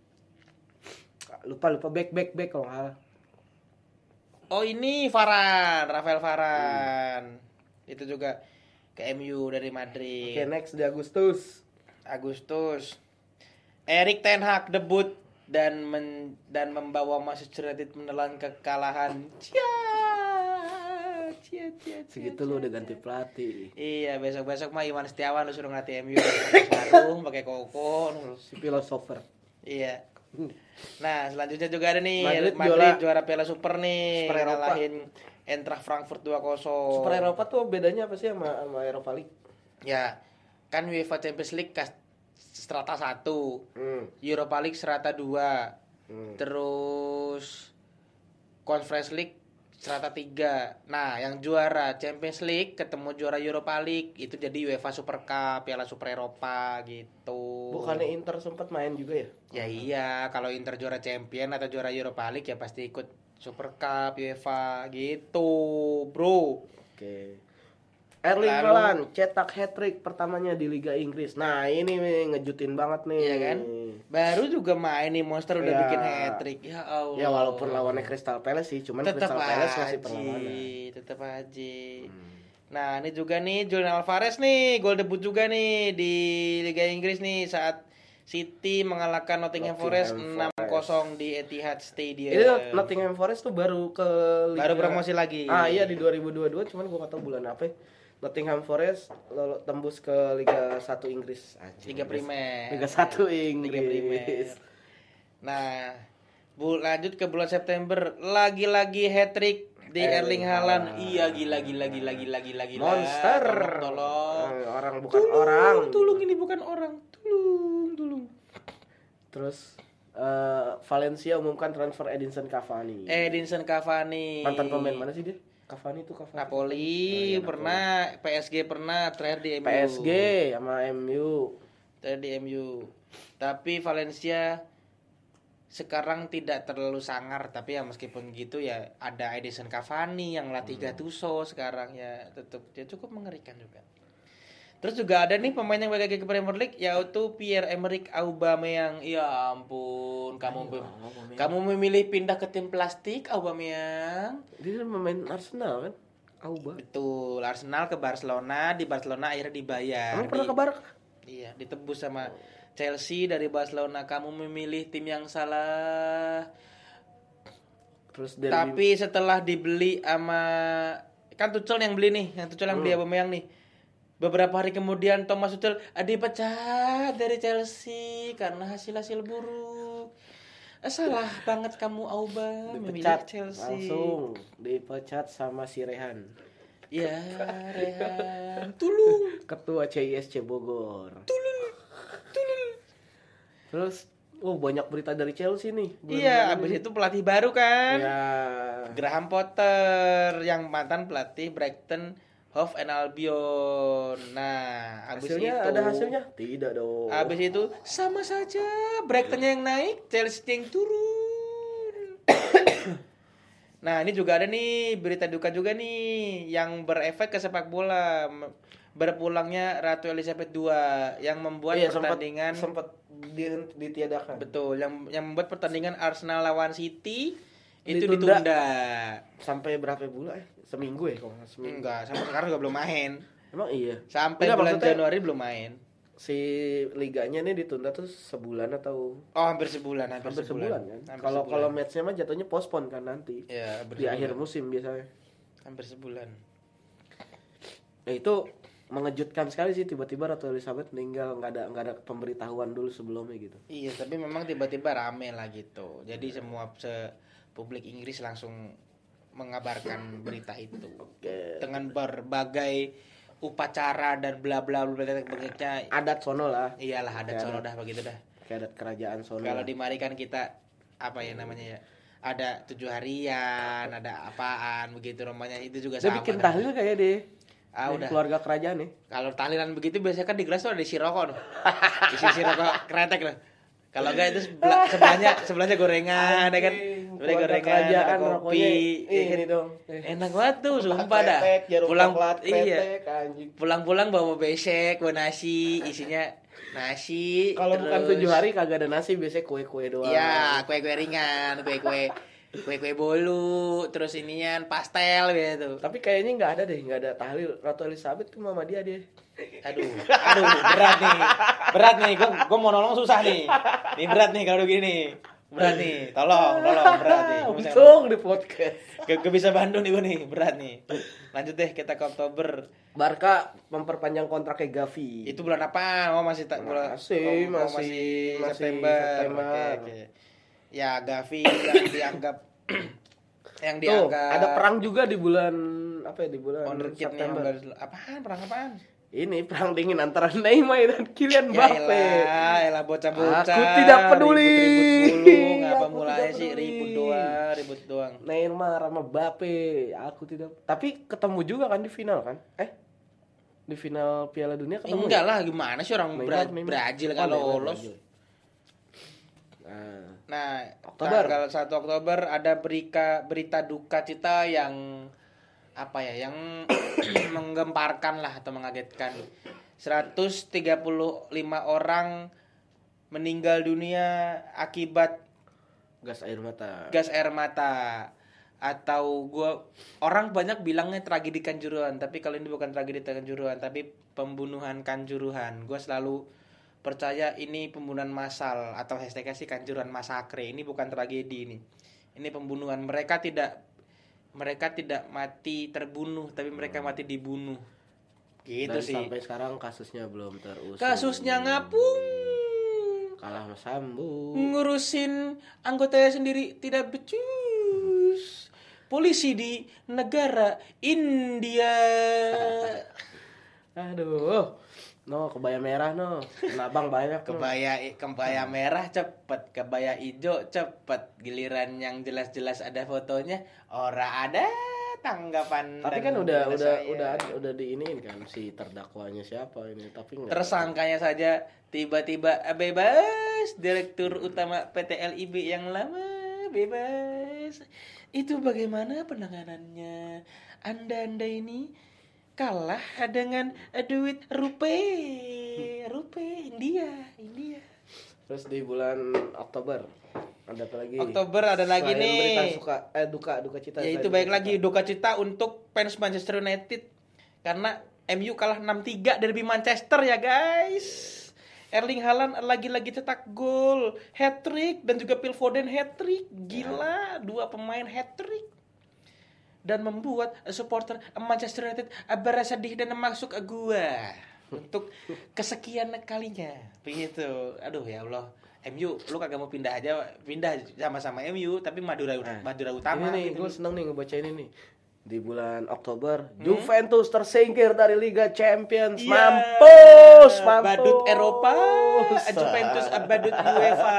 B: Lupa lupa back back back kalau nggak salah.
A: Oh ini Varane, Rafael Varane. Hmm. Itu juga ke M U dari Madrid.
B: Oke, next di Agustus.
A: Agustus. Erik ten Hag debut dan men, dan membawa Manchester United menelan kekalahan. Cia. Cia cia cia.
B: Segitu lu udah ganti pelatih.
A: Iya, besok-besok mah Iwan Setiawan lu suruh ngelatih M U pakai sarung, pakai koko.
B: Si filosofer.
A: Iya. Nah, selanjutnya juga ada nih
B: Madrid
A: Madrid,
B: juara-
A: juara Piala Super nih,
B: Super Eropa.
A: ngalahin Eintracht Frankfurt dua kosong.
B: Super Eropa tuh bedanya apa sih sama sama Eropa League?
A: Ya, kan UEFA Champions League kas strata satu,
B: Hmm.
A: Europa League strata dua,
B: Hmm.
A: terus Conference League strata tiga. Nah, yang juara Champions League ketemu juara Europa League itu jadi UEFA Super Cup, Piala Super Eropa gitu.
B: Bukannya Inter sempat main juga ya?
A: Ya iya, kalau Inter juara Champion atau juara Europa League ya pasti ikut Super Cup UEFA gitu, bro.
B: Oke. Erling
A: Lalu-
B: Haaland cetak hat-trick pertamanya di Liga Inggris. Nah, ini nih ngejutin banget nih.
A: Iya kan? Baru juga main nih Monster udah
B: Ya.
A: bikin hat-trick. Ya Allah.
B: Ya walaupun lawannya Crystal Palace sih, cuman
A: tetap
B: Crystal Palace masih
A: aja,
B: perlawanan.
A: tetap aja.
B: Hmm.
A: Nah, ini juga nih Julian Alvarez nih, gol debut juga nih di Liga Inggris nih saat City mengalahkan Nottingham, Forest
B: Nottingham
A: enam kosong di Etihad Stadium.
B: Ini Nottingham Forest tuh baru ke Liga...
A: Baru promosi lagi.
B: Ah iya di dua ribu dua puluh dua, cuman gua gak tahu bulan apa. ya. Nottingham Forest lolo- tembus ke Liga satu Inggris. Anjir,
A: Liga Primer.
B: Liga satu Inggris.
A: Liga Primer. Nah, bu, lanjut ke bulan September lagi-lagi hat-trick di Erling Haaland. Iya gila gila gila gila gila gila.
B: Monster.
A: Tolong, tolong.
B: Eh, Orang bukan
A: Tulung,
B: orang.
A: Tulung ini bukan orang. Tulung, tulung.
B: Terus eh, Valencia umumkan transfer Edinson Cavani.
A: Edinson Cavani.
B: Mantan pemain mana sih dia? Cavani tuh Cavani.
A: Napoli
B: Oh, iya,
A: pernah, P S G pernah, terakhir di M U.
B: P S G sama M U.
A: Terakhir di M U. Tapi Valencia sekarang tidak terlalu sangar, tapi ya meskipun gitu ya ada Edinson Cavani yang latih
B: Hmm.
A: Gattuso sekarang ya tetap ya cukup mengerikan juga. Terus juga ada nih pemain yang balik lagi ke Premier League yaitu Pierre-Emerick Aubameyang. Ya ampun, kamu
B: Aubameyang.
A: kamu memilih pindah ke tim plastik Aubameyang.
B: Dia kan pemain Arsenal kan? Auba.
A: Betul, Arsenal ke Barcelona, di Barcelona akhirnya dibayar.
B: Emang pernah
A: Di-
B: ke Barca?
A: Iya, ditebus sama Chelsea dari Barcelona. Kamu memilih tim yang salah.
B: Terus dari
A: Tapi setelah dibeli sama kan Tuchel yang beli nih, yang Tuchel yang beli Aubameyang nih. Beberapa hari kemudian Thomas Tuchel ah, dipecat dari Chelsea karena hasil-hasil buruk. Eh, salah banget kamu Auba memilih
B: dipecat
A: Chelsea.
B: langsung dipecat sama si Rehan,
A: Ya, Rehan. Tulung.
B: ketua C I S C Bogor. Terus oh banyak berita dari Chelsea nih. bulan
A: Iya,
B: lalu
A: abis
B: nih.
A: itu pelatih baru kan.
B: Ya.
A: Graham Potter yang mantan pelatih Brighton Hove and Albion. Nah, abis
B: Hasilnya
A: itu
B: ada hasilnya? Tidak dong.
A: abis itu sama saja Brightonnya yang naik, Chelsea yang turun. Nah, ini juga ada nih berita duka juga nih yang berefek ke sepak bola. M- Berpulangnya Ratu Elizabeth kedua yang membuat
B: Iya, sempat
A: pertandingan
B: sempat di- ditiadakan.
A: betul yang yang membuat pertandingan Arsenal lawan City itu
B: Ditunda.
A: ditunda.
B: Sampai berapa bulan? Eh, seminggu ya kalau nggak seminggu.
A: Enggak, sampai sekarang juga belum main.
B: Emang iya.
A: Sampai
B: Enggak,
A: bulan
B: maksudnya-
A: Januari belum main.
B: si liganya nih ditunda tuh sebulan atau
A: Oh, hampir sebulan, hampir,
B: hampir
A: sebulan.
B: sebulan, kan.
A: Hampir
B: Kalau
A: sebulan.
B: kalau matchnya mah jatuhnya postpone kan nanti.
A: Ya, hampir
B: Di
A: sebulan.
B: akhir musim biasanya.
A: Hampir sebulan.
B: Nah, itu mengejutkan sekali sih tiba-tiba Ratu Elizabeth meninggal, nggak ada nggak ada pemberitahuan dulu sebelumnya gitu.
A: Iya, tapi memang tiba-tiba rame lah gitu. Jadi semua se publik Inggris langsung mengabarkan berita itu.
B: Oke.
A: Dengan berbagai upacara dan bla bla bla sebagainya.
B: Adat sono lah,
A: Iyalah adat
B: Kayak
A: sono
B: adat-
A: dah begitu dah.
B: kayak adat kerajaan sono.
A: Kalau
B: lah.
A: di mari kan kita apa ya namanya ya? Ada tujuh harian, ada apaan begitu namanya itu juga
B: Dia
A: sama.
B: bikin
A: dah.
B: tahlil kayak deh.
A: Ah,
B: Di
A: udah.
B: keluarga kerajaan nih.
A: Kalau tahlilan begitu biasanya kan di gelas tuh ada isi rokok tuh. Isi isi rokok kretek loh. Kalau enggak itu sebelah, sebelahnya sebelahnya gorengan ya kan. Sebelahnya
B: Keluarga
A: gorengan,
B: kerajaan
A: ada
B: rokoknya
A: kopi. ya kan?
B: ini dong.
A: Enak banget tuh, sumpah dah.
B: Kretek, jarum
A: Pulang
B: coklat,
A: iya.
B: kretek, anjing.
A: Pulang-pulang bawa besek, bawa nasi, isinya nasi.
B: Kalau bukan
A: terus-
B: tujuh hari kagak ada nasi, biasanya kue-kue doang.
A: Iya, kue-kue ringan, kue-kue kue-kue bolu, terus inian pastel gitu.
B: Tapi kayaknya nggak ada deh, nggak ada tahlil. Ratu Elizabeth tuh mama dia dia.
A: Aduh, aduh, berat nih, berat nih, gue gue mau nolong susah nih, nih berat nih kalau begini, berat nih, tolong, tolong, berat nih, Gua bisa-
B: Untung di podcast.
A: gak, gak bisa bantu nih gue nih, berat nih. Lanjut deh kita ke Oktober,
B: Barca memperpanjang kontraknya Gavi.
A: itu bulan apa? Oh masih tak bulan,
B: Masih,
A: oh, oh,
B: masih- masih
A: September.
B: September.
A: Oke, oke. Ya Gavi yang dianggap, yang
B: Tuh,
A: dianggap
B: ada perang juga di bulan apa ya, di bulan
A: wonderkid nih,
B: September.
A: yang- apaan perang apaan?
B: Ini perang dingin antara Neymar dan Kylian
A: Ya
B: Mbappe.
A: elah, elah bocah-bocah.
B: Aku tidak peduli.
A: Ribut-ribut mulu, ngapa
B: Aku
A: mulai
B: tidak
A: sih
B: peduli.
A: ribut doang, ribut doang.
B: Neymar sama Mbappe, aku tidak. Tapi ketemu juga kan di final kan? Eh, di final Piala Dunia ketemu.
A: Enggak
B: ya?
A: lah, gimana sih orang
B: Neymar,
A: Bra-
B: Neymar.
A: Brazil
B: Oh,
A: kan
B: Neymar,
A: lolos.
B: Brazil. Nah,
A: Nah,
B: Oktober.
A: tanggal satu Oktober ada berita berita duka cita yang apa ya, yang menggemparkan lah atau mengagetkan. seratus tiga puluh lima orang meninggal dunia akibat
B: gas air mata.
A: gas air mata, atau gua orang banyak bilangnya tragedi Kanjuruhan, tapi kalau ini bukan tragedi Kanjuruhan tapi pembunuhan Kanjuruhan. Gua selalu percaya ini pembunuhan massal atau hashtagnya sih Kanjuruhan Masakre. Ini bukan tragedi ini. Ini pembunuhan. Mereka tidak mereka tidak mati terbunuh, tapi mereka mati dibunuh. Gitu
B: Dan
A: sih.
B: sampai sekarang kasusnya belum terusut.
A: Kasusnya ngapung.
B: Kalah sama Sambu.
A: Ngurusin anggotanya sendiri tidak becus. Polisi di negara India.
B: Aduh. No, kebaya merah no. Nabang banyak. No.
A: Kebaya kebaya merah cepet, kebaya hijau cepet. Giliran yang jelas-jelas ada fotonya, ora ada tanggapan.
B: Tapi
A: dan
B: kan udah udah
A: penyelesaian.
B: udah udah diiniin kan si terdakwanya siapa ini, tapi enggak.
A: Tersangkanya saja tiba-tiba bebas. Direktur utama P T L I B yang lama bebas. Itu bagaimana penanganannya? Anda-anda ini kalah dengan duit rupiah, rupiah India, India.
B: Terus di bulan Oktober ada apa lagi?
A: Oktober ada lagi
B: Selain
A: nih.
B: berita suka eh duka duka cita.
A: Ya
B: selain
A: itu
B: duka
A: baik
B: cita.
A: lagi duka cita untuk fans Manchester United karena M U kalah enam tiga derby Manchester ya guys. Erling Haaland lagi-lagi cetak gol, hat-trick, dan juga Phil Foden hat-trick. Gila, dua pemain hat-trick. Dan membuat supporter Manchester United bersedih dan masuk gua untuk kesekian kalinya. Begitu. Aduh ya Allah. M U, lu kagak mau pindah aja, pindah sama-sama M U, tapi Madura
B: Nah,
A: Madura Utama.
B: Ini nih,
A: gitu.
B: gue seneng nih ngebaca ini nih. Di bulan Oktober, Juventus tersingkir dari Liga Champions.
A: Iya,
B: Mampus, mampus.
A: Badut Eropa, Juventus badut UEFA.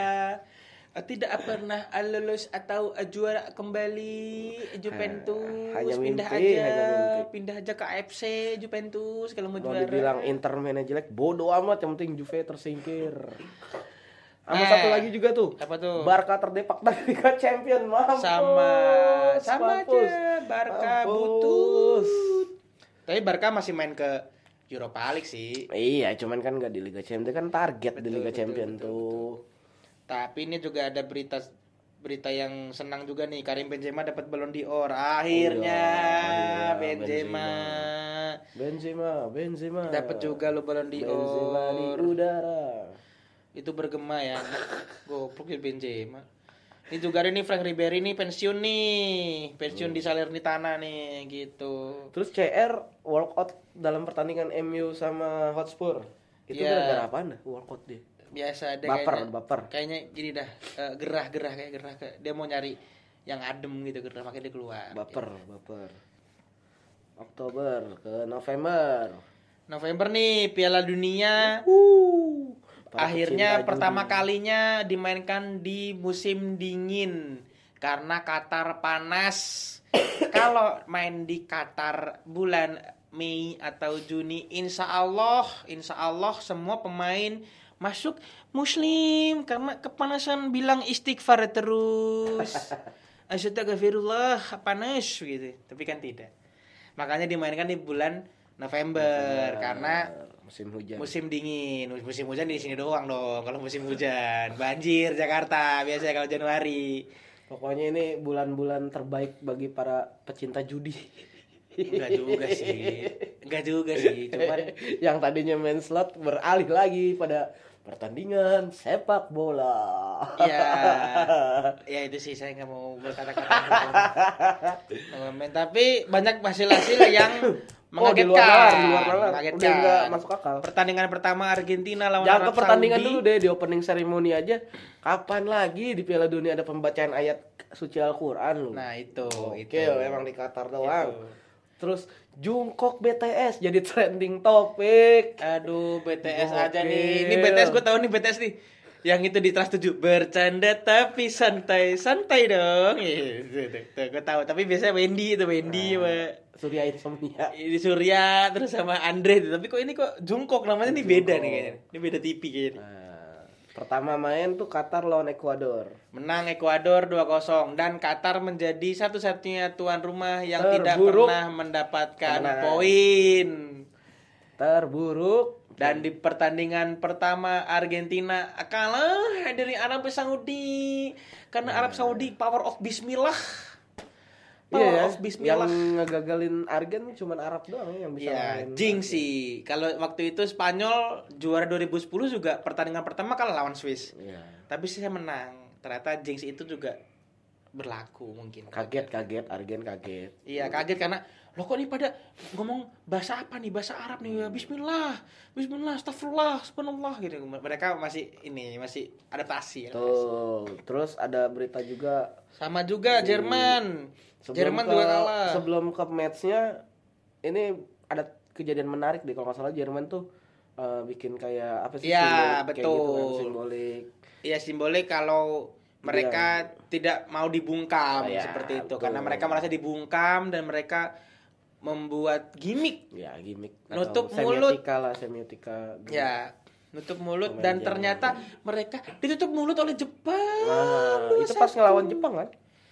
A: Tidak pernah lolos atau juara kembali Juventus.
B: Hanya
A: pindah
B: mimpi,
A: aja,
B: hanya mimpi.
A: pindah aja ke A F C Juventus kalau mau
B: Mau
A: juara.
B: dibilang Inter mainnya jelek, bodoh amat, yang penting Juve tersingkir. Sama
A: Nah,
B: satu lagi juga tuh.
A: apa tuh?
B: Barca terdepak dari Liga Champions. Mampus.
A: sama sama
B: mampus.
A: aja Barca
B: Mampus.
A: butut. Tapi Barca masih main ke Europa League sih.
B: Iya, cuman kan nggak di Liga Champions, kan target di
A: Betul,
B: Liga
A: betul,
B: Champions
A: betul,
B: tuh.
A: Tapi ini juga ada berita berita yang senang juga nih. Karim Benzema dapat Ballon d'Or. Akhirnya
B: Oh iya, akhirnya
A: Benzema.
B: Benzema, Benzema.
A: Dapat juga lo Ballon
B: Benzema di
A: d'Or.
B: udara.
A: Itu bergema ya. Goblok ya Benzema. Ini juga ada nih Frank Ribery nih pensiun nih. Pensiun di Salernitana nih gitu.
B: Terus C R walkout dalam pertandingan M U sama Hotspur. Itu
A: Iya.
B: gara-gara apaan dah walkout dia?
A: Biasa ada
B: Baper,
A: kayaknya.
B: baper.
A: Kayaknya gini dah, eh, gerah-gerah kayak gerah kayak dia mau nyari yang adem gitu gerah makanya dia keluar.
B: Baper, baper. Oktober ke November.
A: November nih Piala Dunia.
B: Uh, para
A: Akhirnya
B: pecinta
A: pertama
B: judi.
A: kalinya dimainkan di musim dingin karena Qatar panas. Kalau main di Qatar bulan Mei atau Juni, insya Allah, insya Allah semua pemain masuk Muslim karena kepanasan bilang istighfar terus. Astagfirullah panas gitu. Tapi kan tidak. Makanya dimainkan di bulan November,
B: November,
A: karena
B: musim hujan.
A: musim dingin. Musim hujan di sini doang dong. Kalau musim hujan, banjir Jakarta biasanya kalau Januari.
B: Pokoknya ini bulan-bulan terbaik bagi para pecinta judi.
A: Enggak juga sih. Enggak juga sih, cuman
B: yang tadinya main slot beralih lagi pada pertandingan sepak bola.
A: ya ya itu sih saya nggak mau berkata-kata men, tapi banyak hasil-hasil yang
B: Oh, di
A: mengagetkan.
B: luar nalar, di luar nalar.
A: Mengagetkan.
B: Udah nggak masuk akal.
A: Pertandingan pertama Argentina lawan
B: Jangan
A: Arab
B: ke pertandingan
A: Saudi.
B: dulu deh, di opening ceremony aja. Kapan lagi di Piala Dunia ada pembacaan ayat suci Al-Qur'an lu?
A: Nah, itu
B: Oke,
A: itu.
B: emang di Qatar doang.
A: Itu.
B: Terus Jungkook B T S jadi trending topik.
A: Aduh, B T S
B: Gokil.
A: aja nih. Ini B T S gue tahu nih B T S nih. Yang itu di Trans tujuh bercanda tapi santai, santai dong. Gitu, tuh, gue tahu. Tapi biasanya Wendy itu Wendy sama
B: Surya Insomnia.
A: ini Surya terus sama Andre. Tapi kok ini kok Jungkook namanya nih beda nih kayaknya. Ini beda tipi kayaknya.
B: Nah, pertama main tuh Qatar lawan Ekuador.
A: Menang Ekuador dua kosong dan Qatar menjadi satu-satunya tuan rumah yang tidak
B: Terburuk.
A: pernah mendapatkan
B: Kemenangan.
A: poin.
B: Terburuk.
A: Dan di pertandingan pertama Argentina kalah dari Arab Saudi karena Arab Saudi power of Bismillah. Power
B: Iya ya,
A: of Bismillah.
B: yang ngegagalin Argen cuman Arab doang ya yang bisa
A: Iya,
B: main.
A: jinx sih. Kalau waktu itu Spanyol juara dua ribu sepuluh juga pertandingan pertama kalah lawan Swiss.
B: Iya.
A: Tapi saya menang. Ternyata jinx itu juga berlaku mungkin.
B: Kaget, kaget, Argen kaget.
A: Iya, kaget karena loh kok nih pada ngomong bahasa apa nih? Bahasa Arab nih. Bismillah. Bismillah, astagfirullah, subhanallah gitu. Mereka masih ini, masih adaptasi ya.
B: Tuh, terus ada berita juga
A: Sama juga Jerman.
B: sebelum
A: Jerman
B: ke,
A: juga kalah.
B: Sebelum ke match-nya ini ada kejadian menarik deh kalau nggak salah Jerman tuh eh, bikin kayak apa sih
A: Iya,
B: simbolik kayak gitu kan,
A: betul.
B: simbolik.
A: Iya, simbolik kalau mereka tidak mau dibungkam
B: Ya,
A: seperti itu
B: betul.
A: karena mereka merasa dibungkam dan mereka membuat gimmick.
B: Ya, gimmick
A: Nutup
B: atau
A: mulut.
B: semiotika lah, semiotika.
A: Ya, nutup mulut
B: Pemain
A: dan
B: Jerman.
A: ternyata mereka ditutup mulut oleh Jepang.
B: Nah, itu pas
A: Satu.
B: ngelawan Jepang kan?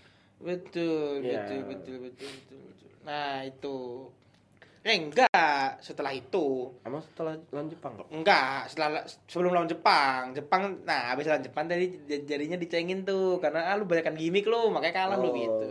A: Betul,
B: Ya.
A: betul, betul, betul, betul, betul. Nah, itu. Eh, enggak, setelah itu.
B: Emang setelah lawan Jepang?
A: Enggak, setelah sebelum lawan Jepang. Jepang, nah habis lawan Jepang tadi jadinya dicengin tuh karena ah lu banyakkan gimmick lu, makanya kalah lu
B: Oh.
A: gitu.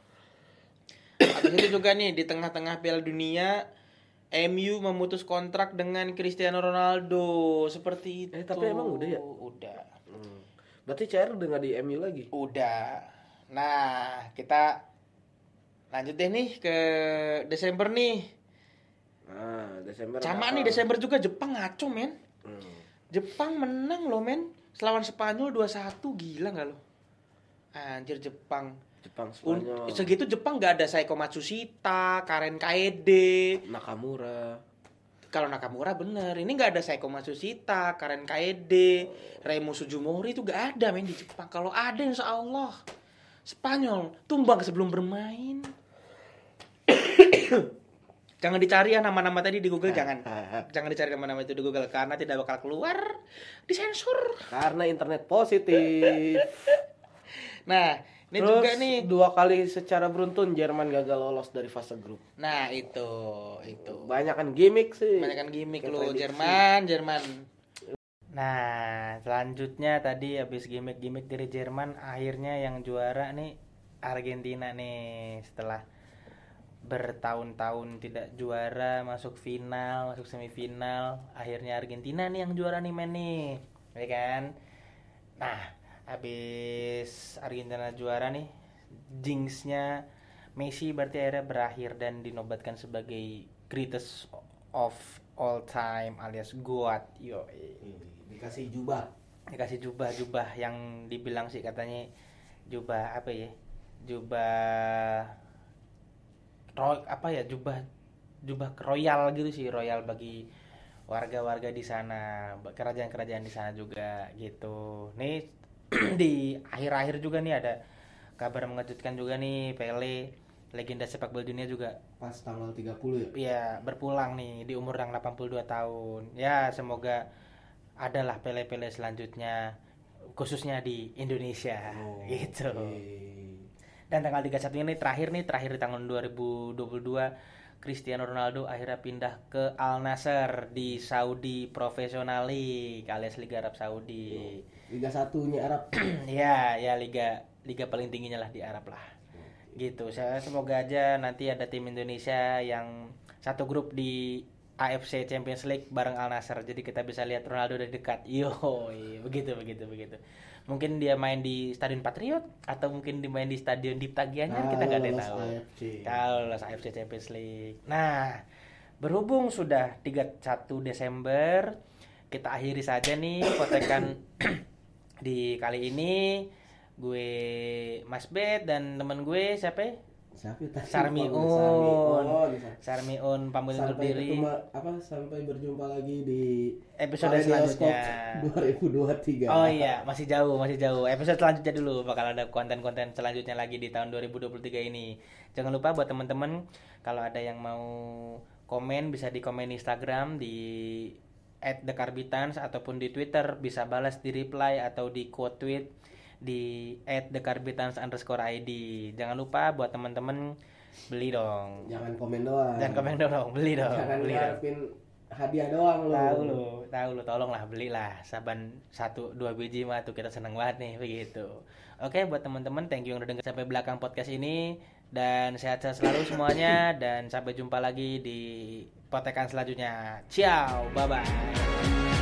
A: Habis itu juga nih di tengah-tengah Piala Dunia M U memutus kontrak dengan Cristiano Ronaldo seperti itu.
B: Eh, tapi emang udah ya?
A: Udah.
B: Hmm. Berarti C R udah nggak di M U lagi?
A: Udah. Nah, kita lanjut deh nih ke Desember nih.
B: Nah, Desember.
A: Sama
B: apa?
A: nih Desember juga Jepang ngaco, men.
B: Hmm.
A: Jepang menang loh, men. Lawan Spanyol dua satu, gila enggak lo? Anjir Jepang.
B: Jepang,
A: Un-
B: Spanyol,
A: segitu Jepang nggak ada Saiko Matsushita, Karen Kaede.
B: Nakamura.
A: Kalau Nakamura bener, ini nggak ada Saiko Matsushita, Karen Kaede, Reimu Sujumori itu nggak ada main di Jepang. Kalau ada insya Allah Spanyol tumbang sebelum bermain. Jangan dicari ya nama-nama tadi di Google, jangan. Jangan dicari nama-nama itu di Google karena tidak bakal keluar, disensor.
B: Karena internet positif.
A: Nah, ini
B: Terus
A: juga nih.
B: dua kali secara beruntun Jerman gagal lolos dari fase grup.
A: Nah, itu, itu.
B: Banyak kan gimmick sih.
A: Banyak kan gimmick
B: Kayak
A: lu
B: prediksi.
A: Jerman, Jerman. Nah, selanjutnya tadi habis gimmick-gimmick dari Jerman, akhirnya yang juara nih Argentina nih setelah bertahun-tahun tidak juara, masuk final, masuk semifinal, akhirnya Argentina nih yang juara nih men nih, ya kan? Nah, habis Argentina juara nih, jinxnya Messi berarti akhirnya berakhir dan dinobatkan sebagai greatest of all time alias GOAT. Yo,
B: dikasih jubah.
A: Dikasih jubah-jubah yang dibilang sih katanya jubah apa ya? Jubah roy, apa ya? Jubah jubah royal gitu sih, royal bagi warga-warga di sana, kerajaan-kerajaan di sana juga gitu. Nih di akhir-akhir juga nih ada kabar mengejutkan juga nih, Pele, legenda sepak bola dunia juga
B: pas tanggal tiga puluh ya.
A: Iya, berpulang nih di umur yang delapan puluh dua tahun. Ya, semoga adalah Pele-Pele selanjutnya khususnya di Indonesia
B: Oh,
A: gitu.
B: okay.
A: Dan tanggal tiga puluh satu ini terakhir nih, terakhir di tahun dua ribu dua puluh dua Cristiano Ronaldo akhirnya pindah ke Al Nassr di Saudi Professional League alias Liga Arab Saudi.
B: Liga satunya Arab.
A: Ya, ya liga liga paling tingginya lah di Arab lah. Gitu. Saya semoga aja nanti ada tim Indonesia yang satu grup di A F C Champions League bareng Al Nassr. Jadi kita bisa lihat Ronaldo dari dekat. Yo, begitu begitu begitu. Mungkin dia main di Stadion Patriot atau mungkin dia main di Stadion Dipta Gianyar, kita nggak ada yang tahu. Kalau lolos A F C Champions League. Nah, berhubung sudah tiga puluh satu Desember, kita akhiri saja nih potekan di kali ini. Gue Mas Bet dan temen gue siapa?
B: Siapa tadi?
A: Sarmiun. Sarmiun pamit undur diri.
B: Apa sampai berjumpa lagi di
A: episode selanjutnya
B: dua ribu dua puluh tiga.
A: Oh iya, masih jauh, masih jauh. Episode selanjutnya dulu bakal ada konten-konten selanjutnya lagi di tahun dua ribu dua puluh tiga ini. Jangan lupa buat teman-teman kalau ada yang mau komen bisa di komen Instagram di at the karbitans ataupun di Twitter bisa balas di reply atau di quote tweet di at the karbitans underscore id. Jangan lupa buat teman-teman beli dong.
B: Jangan komen doang.
A: Jangan komen doang, beli dong.
B: Jangan
A: beli
B: ngarepin hadiah doang lo.
A: Tahu lo, tahu lo, tolonglah belilah saban satu dua biji mah tuh kita seneng banget nih begitu. Oke, buat teman-teman thank you yang udah denger sampai belakang podcast ini dan sehat-sehat selalu semuanya dan sampai jumpa lagi di potekan selanjutnya. Ciao, bye bye.